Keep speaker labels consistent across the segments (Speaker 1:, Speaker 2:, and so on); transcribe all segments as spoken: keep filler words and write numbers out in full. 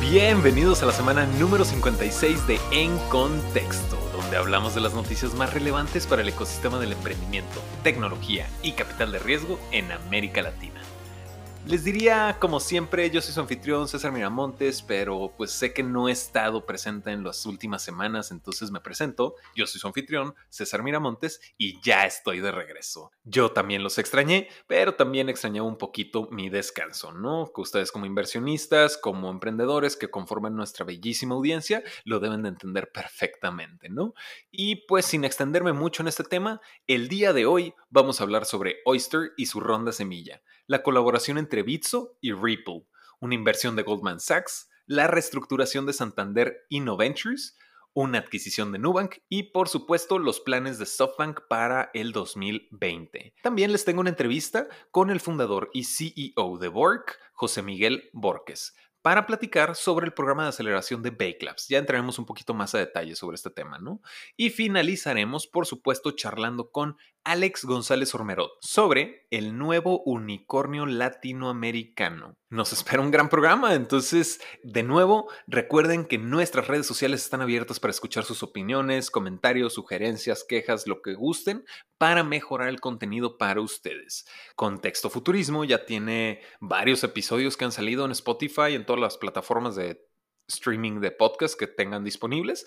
Speaker 1: Bienvenidos a la semana número cincuenta y seis de En Contexto, donde hablamos de las noticias más relevantes para el ecosistema del emprendimiento, tecnología y capital de riesgo en América Latina. Les diría, como siempre, yo soy su anfitrión César Miramontes, pero pues sé que no he estado presente en las últimas semanas, entonces me presento. Yo soy su anfitrión César Miramontes y ya estoy de regreso. Yo también los extrañé, pero también extrañaba un poquito mi descanso, ¿no? Que ustedes como inversionistas, como emprendedores que conforman nuestra bellísima audiencia, lo deben de entender perfectamente, ¿no? Y pues sin extenderme mucho en este tema, el día de hoy vamos a hablar sobre Oyster y su ronda semilla, la colaboración entre Bitso y Ripple, una inversión de Goldman Sachs, la reestructuración de Santander InnoVentures, una adquisición de Nubank y, por supuesto, los planes de SoftBank para el dos mil veinte. También les tengo una entrevista con el fundador y C E O de Bork, José Miguel Borges, para platicar sobre el programa de aceleración de Bake Labs. Ya entraremos un poquito más a detalle sobre este tema, ¿no? Y finalizaremos, por supuesto, charlando con Alex González Ormerod sobre el nuevo unicornio latinoamericano. Nos espera un gran programa, entonces, de nuevo, recuerden que nuestras redes sociales están abiertas para escuchar sus opiniones, comentarios, sugerencias, quejas, lo que gusten, para mejorar el contenido para ustedes. Contexto Futurismo ya tiene varios episodios que han salido en Spotify, en todas las plataformas de streaming de podcast que tengan disponibles.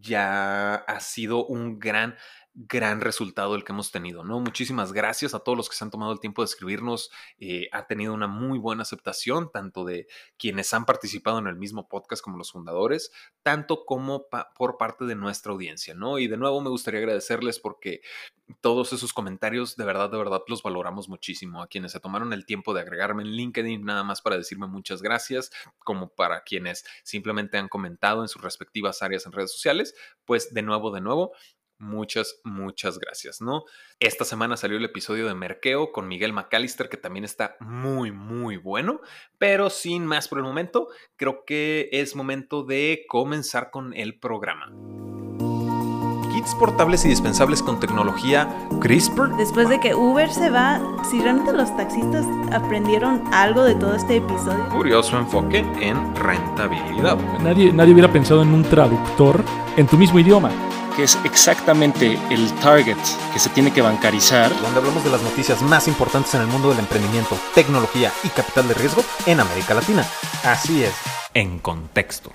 Speaker 1: Ya ha sido un gran gran resultado el que hemos tenido, ¿no? Muchísimas gracias a todos los que se han tomado el tiempo de escribirnos. Eh, ha tenido una muy buena aceptación, tanto de quienes han participado en el mismo podcast como los fundadores, tanto como pa- por parte de nuestra audiencia, ¿no? Y de nuevo me gustaría agradecerles porque todos esos comentarios, de verdad, de verdad, los valoramos muchísimo. A quienes se tomaron el tiempo de agregarme en LinkedIn nada más para decirme muchas gracias, como para quienes simplemente han comentado en sus respectivas áreas en redes sociales, pues de nuevo, de nuevo, muchas, muchas gracias, ¿no? Esta semana salió el episodio de Merkeo con Miguel McAllister, que también está muy, muy bueno, pero sin más por el momento, creo que es momento de comenzar con el programa. Kits portables y dispensables con tecnología CRISPR.
Speaker 2: Después de que Uber se va, si realmente los taxistas aprendieron algo de todo este episodio.
Speaker 1: Curioso enfoque en rentabilidad.
Speaker 3: Nadie, nadie hubiera pensado en un traductor en tu mismo idioma.
Speaker 4: Que es exactamente el target que se tiene que bancarizar.
Speaker 1: Donde hablamos de las noticias más importantes en el mundo del emprendimiento, tecnología y capital de riesgo en América Latina. Así es, En Contexto.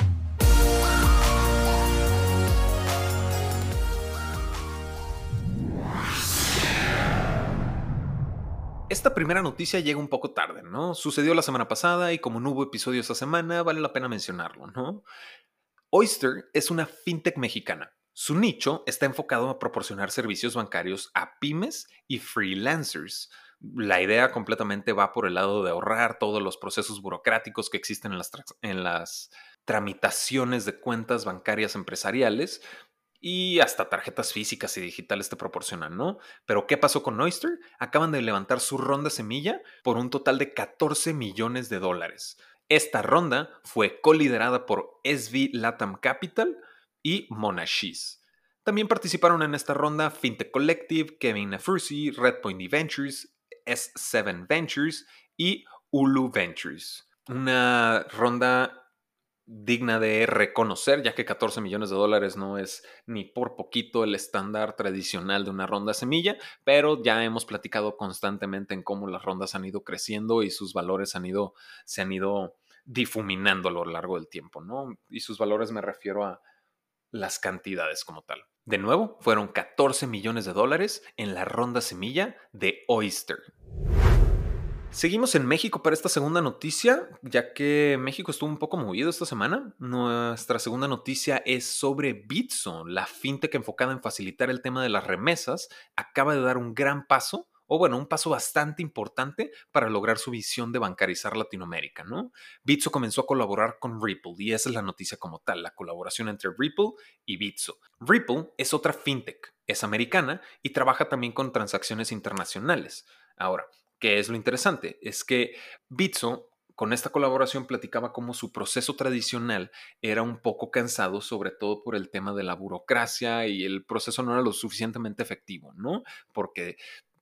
Speaker 1: Esta primera noticia llega un poco tarde, ¿no? Sucedió la semana pasada y como no hubo episodio esta semana, vale la pena mencionarlo, ¿no? Oyster es una fintech mexicana. Su nicho está enfocado a proporcionar servicios bancarios a pymes y freelancers. La idea completamente va por el lado de ahorrar todos los procesos burocráticos que existen en las, en las tramitaciones de cuentas bancarias empresariales y hasta tarjetas físicas y digitales te proporcionan, ¿no? Pero ¿qué pasó con Oyster? Acaban de levantar su ronda semilla por un total de catorce millones de dólares. Esta ronda fue coliderada por S V Latam Capital y Monash. También participaron en esta ronda Fintech Collective, Kevin Afursi, Redpoint Ventures, S siete Ventures y Ulu Ventures. Una ronda digna de reconocer, ya que catorce millones de dólares no es ni por poquito el estándar tradicional de una ronda semilla, pero ya hemos platicado constantemente en cómo las rondas han ido creciendo y sus valores han ido, se han ido difuminando a lo largo del tiempo, ¿no? Y sus valores me refiero a las cantidades como tal. De nuevo, fueron catorce millones de dólares en la ronda semilla de Oyster. Seguimos en México para esta segunda noticia, ya que México estuvo un poco movido esta semana. Nuestra segunda noticia es sobre Bitso, la fintech enfocada en facilitar el tema de las remesas. Acaba de dar un gran paso, o bueno, un paso bastante importante para lograr su visión de bancarizar Latinoamérica, ¿no? Bitso comenzó a colaborar con Ripple y esa es la noticia como tal, la colaboración entre Ripple y Bitso. Ripple es otra fintech, es americana y trabaja también con transacciones internacionales. Ahora, ¿qué es lo interesante? Es que Bitso, con esta colaboración, platicaba cómo su proceso tradicional era un poco cansado, sobre todo por el tema de la burocracia y el proceso no era lo suficientemente efectivo, ¿no? Porque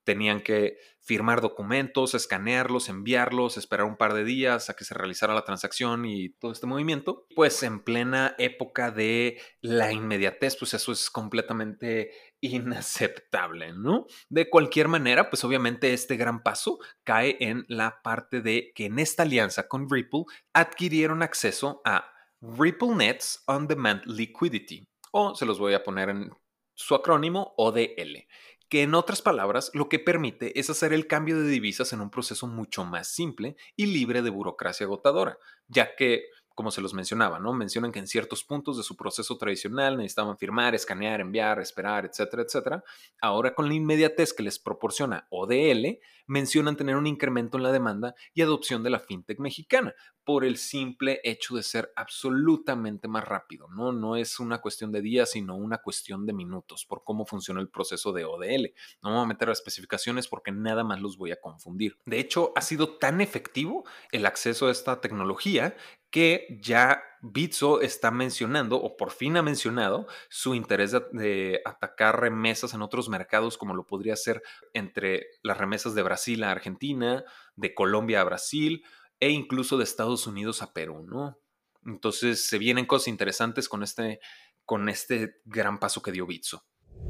Speaker 1: Tenían que firmar documentos, escanearlos, enviarlos, esperar un par de días a que se realizara la transacción y todo este movimiento. Pues en plena época de la inmediatez, pues eso es completamente inaceptable, ¿no? De cualquier manera, pues obviamente este gran paso cae en la parte de que en esta alianza con Ripple adquirieron acceso a RippleNet's On Demand Liquidity, o se los voy a poner en su acrónimo O D L, que en otras palabras lo que permite es hacer el cambio de divisas en un proceso mucho más simple y libre de burocracia agotadora, ya que, como se los mencionaba, ¿no? Mencionan que en ciertos puntos de su proceso tradicional necesitaban firmar, escanear, enviar, esperar, etcétera, etcétera. Ahora, con la inmediatez que les proporciona O D L, mencionan tener un incremento en la demanda y adopción de la fintech mexicana por el simple hecho de ser absolutamente más rápido, ¿no? No es una cuestión de días, sino una cuestión de minutos por cómo funciona el proceso de O D L. No me voy a meter a especificaciones porque nada más los voy a confundir. De hecho, ha sido tan efectivo el acceso a esta tecnología que ya Bitso está mencionando, o por fin ha mencionado, su interés de, de atacar remesas en otros mercados, como lo podría ser entre las remesas de Brasil a Argentina, de Colombia a Brasil, e incluso de Estados Unidos a Perú, ¿no? Entonces se vienen cosas interesantes con este, con este gran paso que dio Bitso.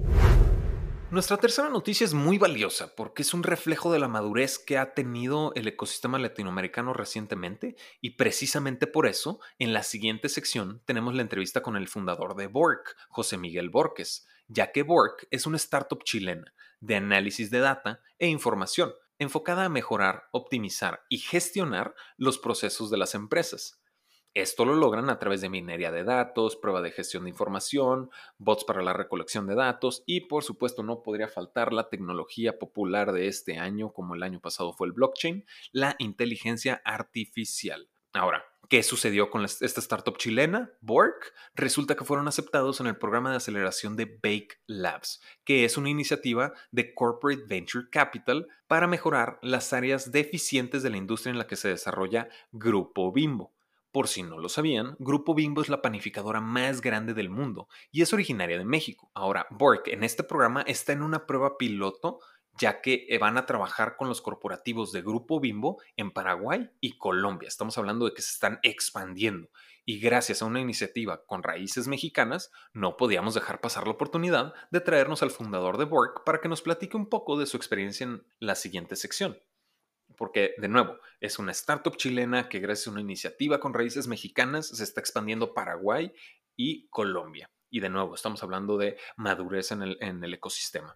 Speaker 1: Nuestra tercera noticia es muy valiosa porque es un reflejo de la madurez que ha tenido el ecosistema latinoamericano recientemente, y precisamente por eso, en la siguiente sección tenemos la entrevista con el fundador de Bork, José Miguel Borges, ya que Bork es una startup chilena de análisis de data e información, enfocada a mejorar, optimizar y gestionar los procesos de las empresas. Esto lo logran a través de minería de datos, prueba de gestión de información, bots para la recolección de datos y, por supuesto, no podría faltar la tecnología popular de este año, como el año pasado fue el blockchain, la inteligencia artificial. Ahora, ¿qué sucedió con esta startup chilena, Bork? Resulta que fueron aceptados en el programa de aceleración de Bake Labs, que es una iniciativa de Corporate Venture Capital para mejorar las áreas deficientes de la industria en la que se desarrolla Grupo Bimbo. Por si no lo sabían, Grupo Bimbo es la panificadora más grande del mundo y es originaria de México. Ahora, Bork en este programa está en una prueba piloto, ya que van a trabajar con los corporativos de Grupo Bimbo en Paraguay y Colombia. Estamos hablando de que se están expandiendo, y gracias a una iniciativa con raíces mexicanas, no podíamos dejar pasar la oportunidad de traernos al fundador de Bork para que nos platique un poco de su experiencia en la siguiente sección. Porque, de nuevo, es una startup chilena que gracias a una iniciativa con raíces mexicanas se está expandiendo a Paraguay y Colombia. Y de nuevo, estamos hablando de madurez en el, en el ecosistema.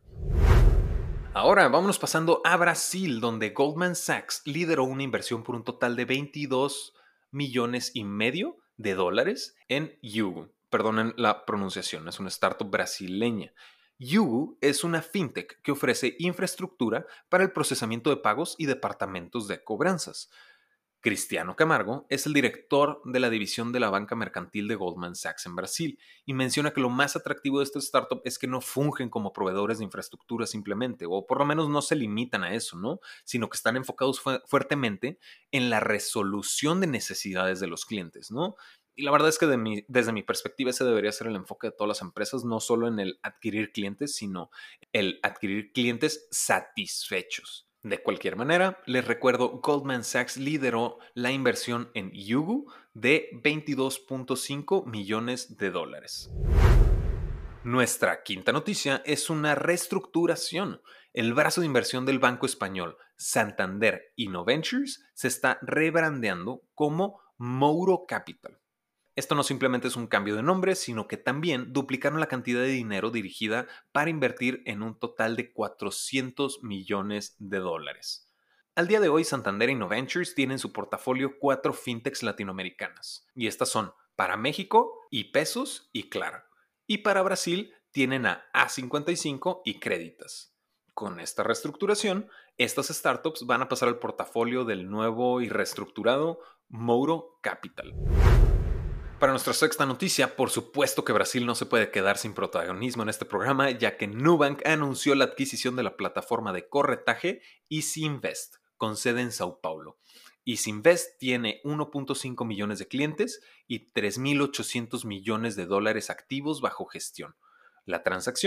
Speaker 1: Ahora, vámonos pasando a Brasil, donde Goldman Sachs lideró una inversión por un total de veintidós millones y medio de dólares en Yugo. Perdonen la pronunciación, es una startup brasileña. Yugo es una fintech que ofrece infraestructura para el procesamiento de pagos y departamentos de cobranzas. Cristiano Camargo es el director de la división de la banca mercantil de Goldman Sachs en Brasil y menciona que lo más atractivo de esta startup es que no fungen como proveedores de infraestructura simplemente, o por lo menos no se limitan a eso, ¿no? Sino que están enfocados fu- fuertemente en la resolución de necesidades de los clientes, ¿no? Y la verdad es que de mi, desde mi perspectiva ese debería ser el enfoque de todas las empresas, no solo en el adquirir clientes, sino el adquirir clientes satisfechos. De cualquier manera, les recuerdo, Goldman Sachs lideró la inversión en Yugo de veintidós punto cinco millones de dólares. Nuestra quinta noticia es una reestructuración. El brazo de inversión del banco español Santander Innoventures se está rebrandeando como Mouro Capital. Esto no simplemente es un cambio de nombre, sino que también duplicaron la cantidad de dinero dirigida para invertir en un total de cuatrocientos millones de dólares. Al día de hoy, Santander Innoventures tiene en su portafolio cuatro fintechs latinoamericanas, y estas son para México, iPesos y Claro. Y para Brasil tienen a A cincuenta y cinco y Créditas. Con esta reestructuración, estas startups van a pasar al portafolio del nuevo y reestructurado Mouro Capital. Para nuestra sexta noticia, por supuesto que Brasil no se puede quedar sin protagonismo en este programa, ya que Nubank anunció la adquisición de la plataforma de corretaje EasyInvest, con sede en Sao Paulo. EasyInvest tiene uno punto cinco millones de clientes y tres mil ochocientos millones de dólares activos bajo gestión. La transacción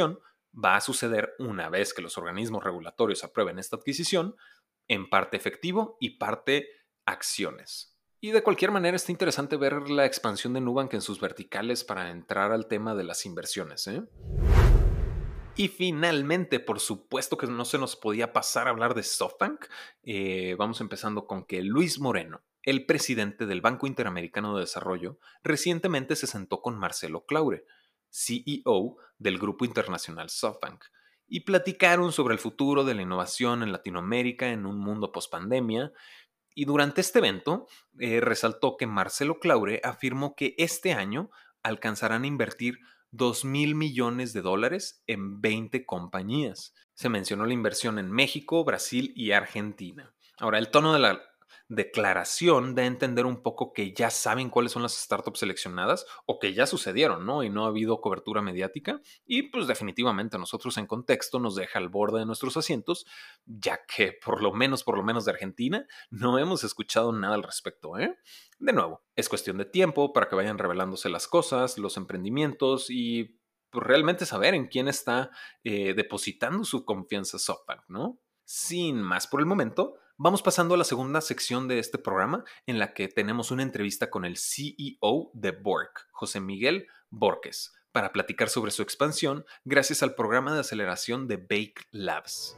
Speaker 1: va a suceder una vez que los organismos regulatorios aprueben esta adquisición, en parte efectivo y parte acciones. Y de cualquier manera está interesante ver la expansión de Nubank en sus verticales para entrar al tema de las inversiones, ¿eh? Y finalmente, por supuesto que no se nos podía pasar a hablar de SoftBank. Eh, vamos empezando con que Luis Moreno, el presidente del Banco Interamericano de Desarrollo, recientemente se sentó con Marcelo Claure, C E O del Grupo Internacional SoftBank, y platicaron sobre el futuro de la innovación en Latinoamérica en un mundo pospandemia. Y durante este evento, eh, resaltó que Marcelo Claure afirmó que este año alcanzarán a invertir dos mil millones de dólares en veinte compañías. Se mencionó la inversión en México, Brasil y Argentina. Ahora, el tono de la declaración da a entender un poco que ya saben cuáles son las startups seleccionadas o que ya sucedieron, ¿no? Y no ha habido cobertura mediática. Y pues definitivamente nosotros en contexto nos deja al borde de nuestros asientos, ya que por lo menos, por lo menos de Argentina, no hemos escuchado nada al respecto, ¿eh? De nuevo, es cuestión de tiempo para que vayan revelándose las cosas, los emprendimientos y pues, realmente saber en quién está eh, depositando su confianza SoftBank, ¿no? Sin más por el momento, vamos pasando a la segunda sección de este programa en la que tenemos una entrevista con el C E O de Bork, José Miguel Borques, para platicar sobre su expansión gracias al programa de aceleración de Bake Labs.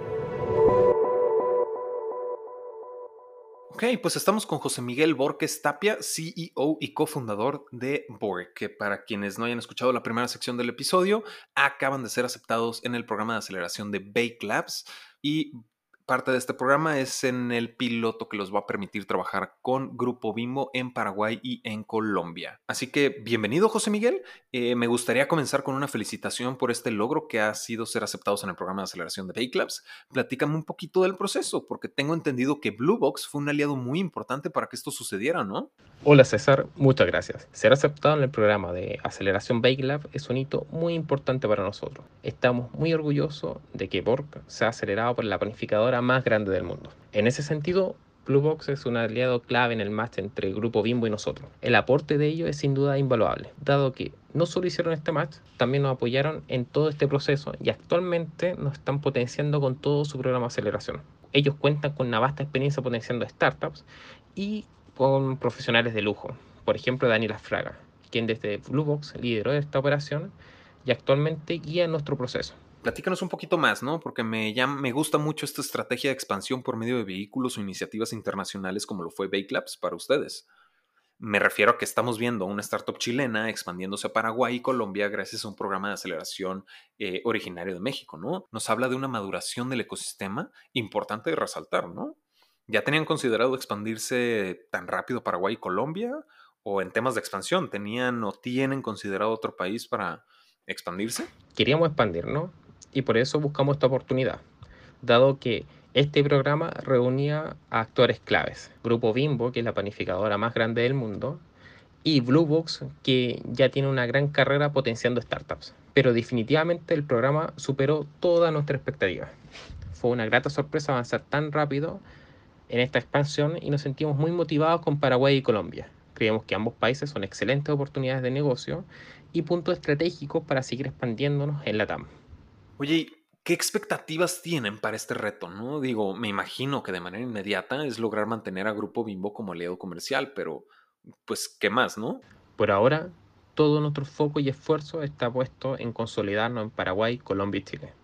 Speaker 1: Ok, pues estamos con José Miguel Borques Tapia, C E O y cofundador de Bork, que para quienes no hayan escuchado la primera sección del episodio, acaban de ser aceptados en el programa de aceleración de Bake Labs y parte de este programa es en el piloto que los va a permitir trabajar con Grupo Bimbo en Paraguay y en Colombia. Así que bienvenido, José Miguel. Eh, me gustaría comenzar con una felicitación por este logro que ha sido ser aceptados en el programa de aceleración de Bake Labs. Platícame un poquito del proceso, porque tengo entendido que Bluebox fue un aliado muy importante para que esto sucediera, ¿no?
Speaker 5: Hola César, muchas gracias. Ser aceptado en el programa de aceleración Bake Lab es un hito muy importante para nosotros. Estamos muy orgullosos de que Bork sea acelerado por la planificadora más grande del mundo. En ese sentido, Bluebox es un aliado clave en el match entre el Grupo Bimbo y nosotros. El aporte de ellos es sin duda invaluable, dado que no solo hicieron este match, también nos apoyaron en todo este proceso y actualmente nos están potenciando con todo su programa de aceleración. Ellos cuentan con una vasta experiencia potenciando startups y con profesionales de lujo. Por ejemplo, Daniela Fraga, quien desde Bluebox lideró esta operación y actualmente guía nuestro proceso.
Speaker 1: Platícanos un poquito más, ¿no? Porque me, llama, me gusta mucho esta estrategia de expansión por medio de vehículos o iniciativas internacionales como lo fue Bake Labs para ustedes. Me refiero a que estamos viendo una startup chilena expandiéndose a Paraguay y Colombia gracias a un programa de aceleración eh, originario de México, ¿no? Nos habla de una maduración del ecosistema importante de resaltar, ¿no? ¿Ya tenían considerado expandirse tan rápido Paraguay y Colombia? ¿O en temas de expansión tenían o tienen considerado otro país para expandirse?
Speaker 5: Queríamos expandirnos y por eso buscamos esta oportunidad, dado que este programa reunía a actores claves. Grupo Bimbo, que es la panificadora más grande del mundo, y Bluebox, que ya tiene una gran carrera potenciando startups. Pero definitivamente el programa superó toda nuestra expectativa. Fue una grata sorpresa avanzar tan rápido en esta expansión y nos sentimos muy motivados con Paraguay y Colombia. Creemos que ambos países son excelentes oportunidades de negocio y puntos estratégicos para seguir expandiéndonos en LATAM.
Speaker 1: Oye, ¿qué expectativas tienen para este reto, no? Digo, me imagino que de manera inmediata es lograr mantener a Grupo Bimbo como aliado comercial, pero pues, ¿qué más, no?
Speaker 5: Por ahora, todo nuestro foco y esfuerzo está puesto en consolidarnos en Paraguay, Colombia y Chile.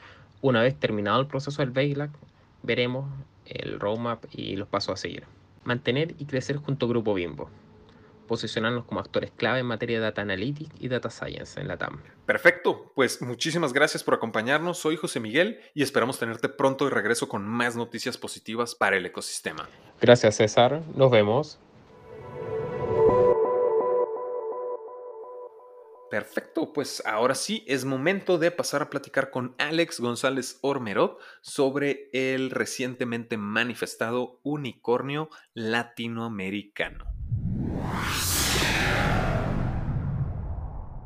Speaker 5: Una vez terminado el proceso del Bake Lab, veremos el roadmap y los pasos a seguir. Mantener y crecer junto a Grupo Bimbo. Posicionarnos como actores clave en materia de Data Analytics y Data Science en LATAM.
Speaker 1: Perfecto, pues muchísimas gracias por acompañarnos. Soy José Miguel y esperamos tenerte pronto de regreso con más noticias positivas para el ecosistema.
Speaker 5: Gracias, César. Nos vemos.
Speaker 1: Perfecto, pues ahora sí es momento de pasar a platicar con Alex González Ormerod sobre el recientemente manifestado unicornio latinoamericano.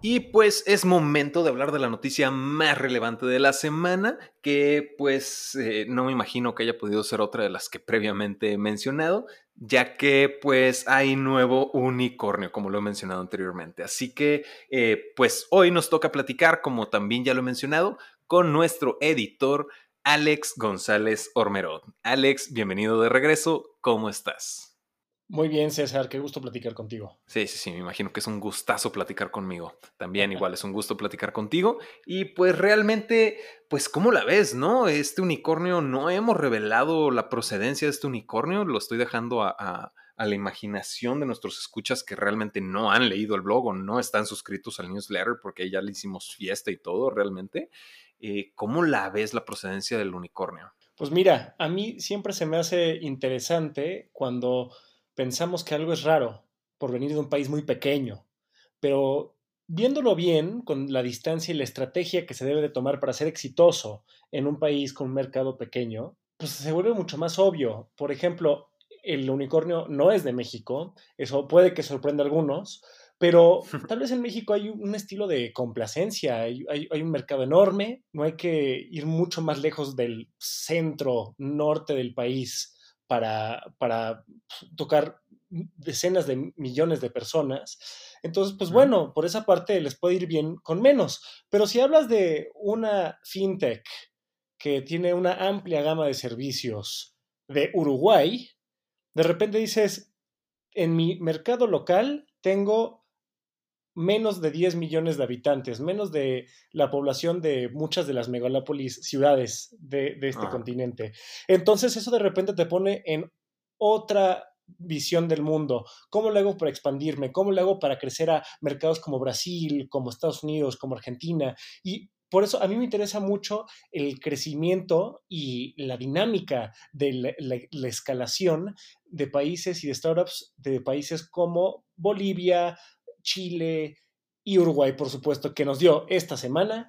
Speaker 1: Y pues es momento de hablar de la noticia más relevante de la semana, que pues eh, no me imagino que haya podido ser otra de las que previamente he mencionado, ya que pues hay nuevo unicornio, como lo he mencionado anteriormente. Así que eh, pues hoy nos toca platicar, como también ya lo he mencionado, con nuestro editor Alex González Ormerod. Alex, bienvenido de regreso, ¿cómo estás?
Speaker 6: Muy bien, César, qué gusto platicar contigo.
Speaker 1: Sí, sí, sí, me imagino que es un gustazo platicar conmigo. También igual es un gusto platicar contigo. Y pues realmente, pues ¿cómo la ves, no? Este unicornio, no hemos revelado la procedencia de este unicornio. Lo estoy dejando a, a, a la imaginación de nuestros escuchas que realmente no han leído el blog o no están suscritos al newsletter porque ya le hicimos fiesta y todo realmente. Eh, ¿Cómo la ves la procedencia del unicornio?
Speaker 6: Pues mira, a mí siempre se me hace interesante cuando pensamos que algo es raro por venir de un país muy pequeño, pero viéndolo bien, con la distancia y la estrategia que se debe de tomar para ser exitoso en un país con un mercado pequeño, pues se vuelve mucho más obvio. Por ejemplo, el unicornio no es de México, eso puede que sorprenda a algunos, pero tal vez en México hay un estilo de complacencia, hay, hay, hay un mercado enorme, no hay que ir mucho más lejos del centro norte del país para, para tocar decenas de millones de personas. Entonces, pues bueno, por esa parte les puede ir bien con menos. Pero si hablas de una fintech que tiene una amplia gama de servicios de Uruguay, de repente dices, en mi mercado local tengo menos de diez millones de habitantes, menos de la población de muchas de las megalópolis ciudades de, de este ah. continente. Entonces eso de repente te pone en otra visión del mundo. ¿Cómo lo hago para expandirme? ¿Cómo lo hago para crecer a mercados como Brasil, como Estados Unidos, como Argentina? Y por eso a mí me interesa mucho el crecimiento y la dinámica de la, la, la escalación de países y de startups de países como Bolivia, Chile y Uruguay, por supuesto, que nos dio esta semana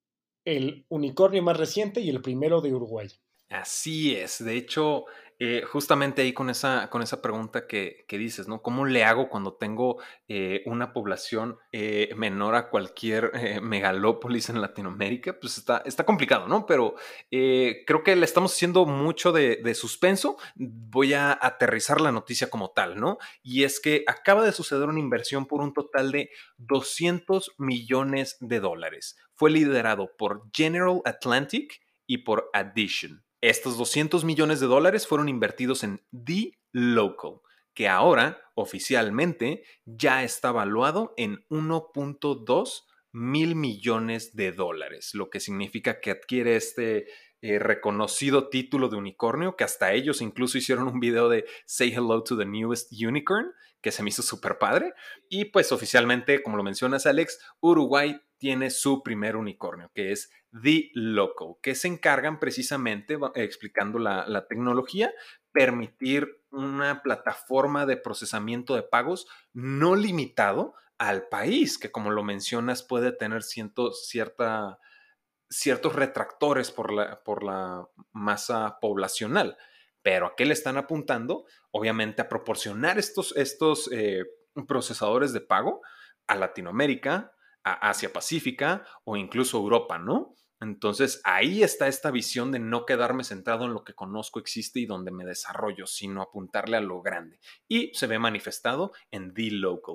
Speaker 6: el unicornio más reciente y el primero de Uruguay.
Speaker 1: Así es. De hecho, eh, justamente ahí con esa, con esa pregunta que, que dices, ¿no? ¿Cómo le hago cuando tengo eh, una población eh, menor a cualquier eh, megalópolis en Latinoamérica? Pues está, está complicado, ¿no? Pero eh, creo que le estamos haciendo mucho de, de suspenso. Voy a aterrizar la noticia como tal, ¿no? Y es que acaba de suceder una inversión por un total de doscientos millones de dólares. Fue liderado por General Atlantic y por Addition. Estos doscientos millones de dólares fueron invertidos en dLocal, que ahora oficialmente ya está valuado en uno punto dos mil millones de dólares, lo que significa que adquiere este eh, reconocido título de unicornio, que hasta ellos incluso hicieron un video de Say Hello to the Newest Unicorn, que se me hizo súper padre. Y pues oficialmente, como lo mencionas, Alex, Uruguay tiene su primer unicornio, que es dLocal, que se encargan precisamente, explicando la, la tecnología, permitir una plataforma de procesamiento de pagos no limitado al país, que como lo mencionas puede tener ciento, cierta, ciertos retractores por la, por la masa poblacional. Pero ¿a qué le están apuntando? Obviamente a proporcionar estos, estos eh, procesadores de pago a Latinoamérica, a Asia Pacífica o incluso Europa, ¿no? Entonces ahí está esta visión de no quedarme centrado en lo que conozco, existe y donde me desarrollo, sino apuntarle a lo grande. Y se ve manifestado en dLocal.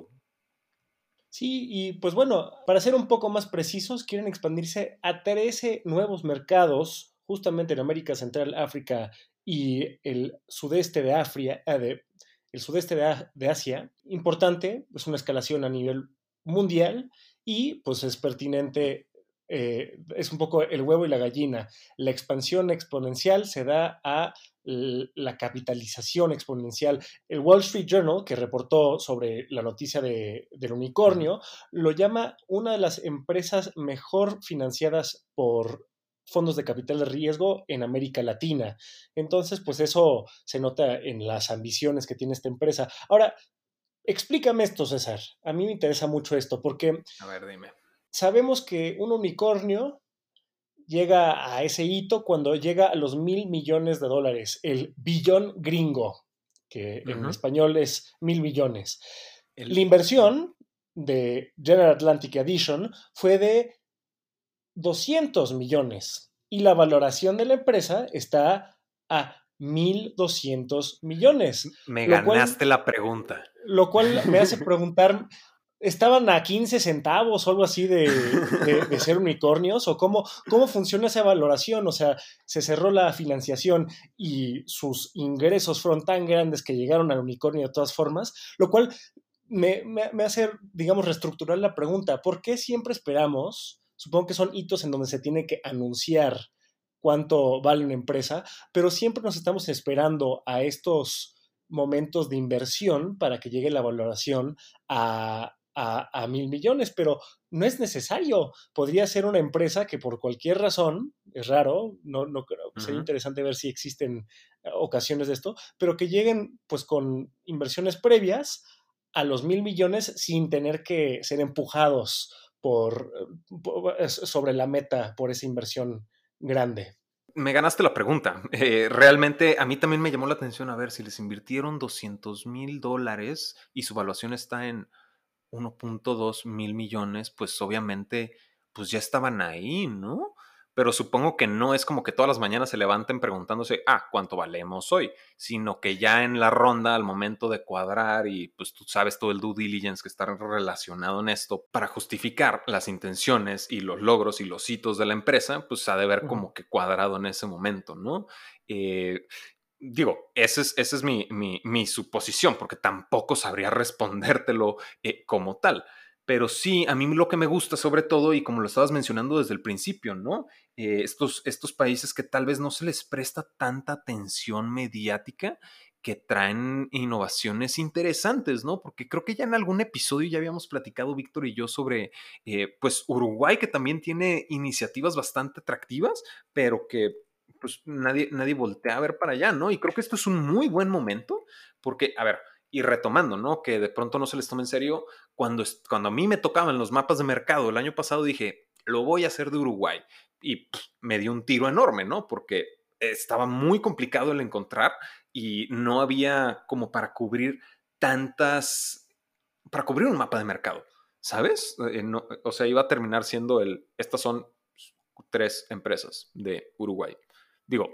Speaker 6: Sí, y pues bueno, para ser un poco más precisos, quieren expandirse a trece nuevos mercados, justamente en América Central, África y el sudeste de África, eh, de, el sudeste de, de Asia. Importante, es una escalación a nivel mundial y pues es pertinente, eh, es un poco el huevo y la gallina. La expansión exponencial se da a la capitalización exponencial. El Wall Street Journal, que reportó sobre la noticia de, del unicornio, lo llama una de las empresas mejor financiadas por fondos de capital de riesgo en América Latina. Entonces, pues eso se nota en las ambiciones que tiene esta empresa. Ahora, explícame esto, César. A mí me interesa mucho esto, porque
Speaker 1: a ver, dime.
Speaker 6: Sabemos que un unicornio llega a ese hito cuando llega a los mil millones de dólares, el billón gringo, que uh-huh. en español es mil millones. El... La inversión de General Atlantic Addition fue de doscientos millones y la valoración de la empresa está a mil doscientos millones.
Speaker 1: Me ganaste cual, la pregunta.
Speaker 6: Lo cual me hace preguntar, ¿estaban a quince centavos o algo así de, de, de ser unicornios? ¿O cómo, cómo funciona esa valoración? O sea, se cerró la financiación y sus ingresos fueron tan grandes que llegaron al unicornio de todas formas, lo cual me, me, me hace, digamos, reestructurar la pregunta. ¿Por qué siempre esperamos? Supongo que son hitos en donde se tiene que anunciar cuánto vale una empresa, pero siempre nos estamos esperando a estos momentos de inversión para que llegue la valoración a, a, a mil millones, pero no es necesario. Podría ser una empresa que por cualquier razón, es raro, no, no creo, uh-huh. Sería interesante ver si existen ocasiones de esto, pero que lleguen pues con inversiones previas a los mil millones sin tener que ser empujados por, por sobre la meta por esa inversión grande.
Speaker 1: Me ganaste la pregunta. Eh, realmente a mí también me llamó la atención a ver si les invirtieron doscientos mil dólares y su valuación está en uno punto dos mil millones, pues obviamente pues ya estaban ahí, ¿no? Pero supongo que no es como que todas las mañanas se levanten preguntándose, ah, ¿cuánto valemos hoy? Sino que ya en la ronda, al momento de cuadrar y pues tú sabes todo el due diligence que está relacionado en esto, para justificar las intenciones y los logros y los hitos de la empresa, pues ha de ver como que cuadrado en ese momento, ¿no? Eh, digo, esa es, esa es mi, mi, mi suposición, porque tampoco sabría respondértelo eh, como tal. Pero sí, a mí lo que me gusta sobre todo, y como lo estabas mencionando desde el principio, ¿no? Eh, estos, estos países que tal vez no se les presta tanta atención mediática, que traen innovaciones interesantes, ¿no? Porque creo que ya en algún episodio ya habíamos platicado, Víctor y yo, sobre, eh, pues, Uruguay, que también tiene iniciativas bastante atractivas, pero que, pues, nadie, nadie voltea a ver para allá, ¿no? Y creo que esto es un muy buen momento, porque, a ver, y retomando, ¿no? Que de pronto no se les tome en serio. Cuando, cuando a mí me tocaban los mapas de mercado el año pasado, dije, lo voy a hacer de Uruguay. Y pff, me dio un tiro enorme, ¿no? Porque estaba muy complicado el encontrar y no había como para cubrir tantas, para cubrir un mapa de mercado, ¿sabes? Eh, no, o sea, iba a terminar siendo el, estas son tres empresas de Uruguay. Digo,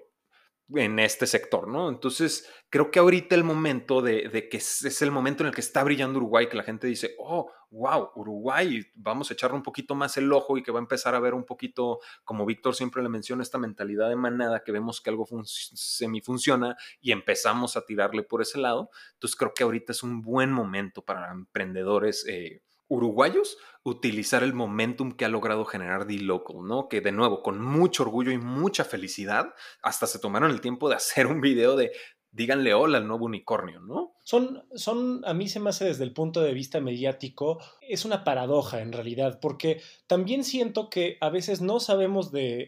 Speaker 1: en este sector, ¿no? Entonces, creo que ahorita el momento de, de que es, es el momento en el que está brillando Uruguay, que la gente dice, oh, wow, Uruguay, vamos a echarle un poquito más el ojo y que va a empezar a ver un poquito, como Víctor siempre le menciona, esta mentalidad de manada, que vemos que algo fun- semifunciona y empezamos a tirarle por ese lado. Entonces, creo que ahorita es un buen momento para emprendedores eh, uruguayos utilizar el momentum que ha logrado generar dLocal, ¿no? Que de nuevo, con mucho orgullo y mucha felicidad, hasta se tomaron el tiempo de hacer un video de díganle hola al nuevo unicornio, ¿no?
Speaker 6: Son, son, a mí se me hace desde el punto de vista mediático, es una paradoja en realidad, porque también siento que a veces no sabemos de,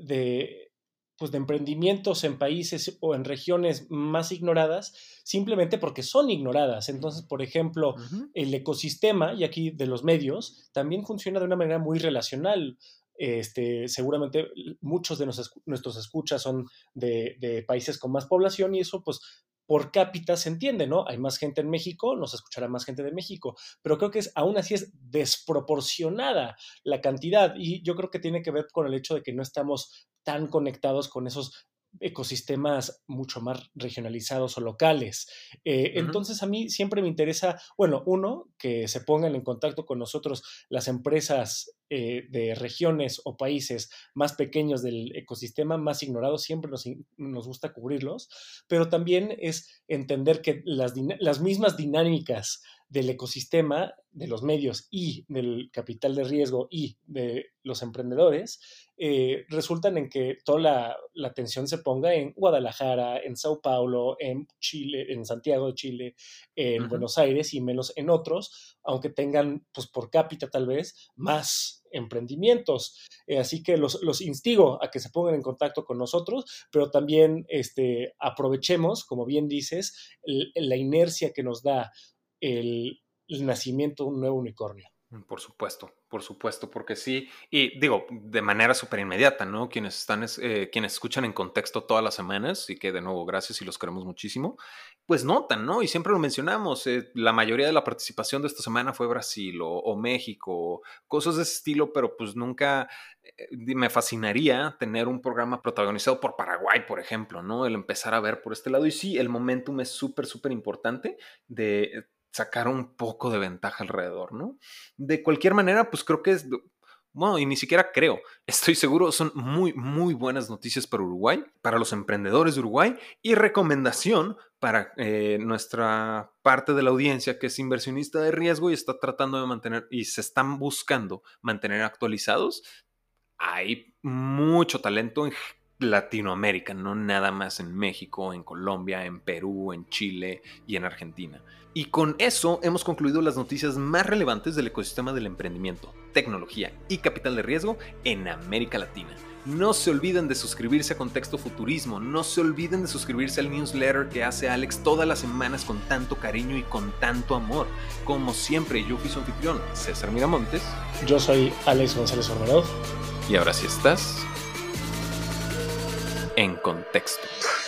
Speaker 6: de, pues de emprendimientos en países o en regiones más ignoradas, simplemente porque son ignoradas. Entonces, por ejemplo, uh-huh. el ecosistema, y aquí de los medios, también funciona de una manera muy relacional. Este, seguramente muchos de nos, nuestros escuchas son de, de países con más población y eso pues por cápita se entiende, ¿no? Hay más gente en México, nos escuchará más gente de México, pero creo que es, aún así es desproporcionada la cantidad y yo creo que tiene que ver con el hecho de que no estamos tan conectados con esos ecosistemas mucho más regionalizados o locales. Eh, uh-huh. Entonces a mí siempre me interesa, bueno, uno, que se pongan en contacto con nosotros las empresas eh, de regiones o países más pequeños del ecosistema, más ignorados, siempre nos, nos gusta cubrirlos, pero también es entender que las, las mismas dinámicas del ecosistema, de los medios y del capital de riesgo y de los emprendedores, eh, resultan en que toda la, la atención se ponga en Guadalajara, en Sao Paulo, en Chile, en Santiago de Chile, en uh-huh. Buenos Aires y menos en otros, aunque tengan, pues por cápita tal vez, más emprendimientos. Eh, así que los, los instigo a que se pongan en contacto con nosotros, pero también este, aprovechemos, como bien dices, el, la inercia que nos da el, el nacimiento de un nuevo unicornio.
Speaker 1: Por supuesto, por supuesto, porque sí, y digo, de manera súper inmediata, ¿no? Quienes están, eh, quienes escuchan En Contexto todas las semanas, y que de nuevo, gracias y los queremos muchísimo, pues notan, ¿no? Y siempre lo mencionamos, eh, la mayoría de la participación de esta semana fue Brasil o, o México, o cosas de ese estilo, pero pues nunca eh, me fascinaría tener un programa protagonizado por Paraguay, por ejemplo, ¿no? El empezar a ver por este lado, y sí, el momentum es súper, súper importante de sacar un poco de ventaja alrededor, ¿no? De cualquier manera, pues creo que es, bueno, y ni siquiera creo, estoy seguro, son muy, muy buenas noticias para Uruguay, para los emprendedores de Uruguay, y recomendación para eh, nuestra parte de la audiencia que es inversionista de riesgo y está tratando de mantener, y se están buscando mantener actualizados. Hay mucho talento en Latinoamérica, no nada más en México, en Colombia, en Perú, en Chile y en Argentina. Y con eso hemos concluido las noticias más relevantes del ecosistema del emprendimiento, tecnología y capital de riesgo en América Latina. No se olviden de suscribirse a Contexto Futurismo, no se olviden de suscribirse al newsletter que hace Alex todas las semanas con tanto cariño y con tanto amor. Como siempre, yo fui su anfitrión, César Miramontes.
Speaker 6: Yo soy Alex González Ormerod.
Speaker 1: Y ahora sí estás en Contexto.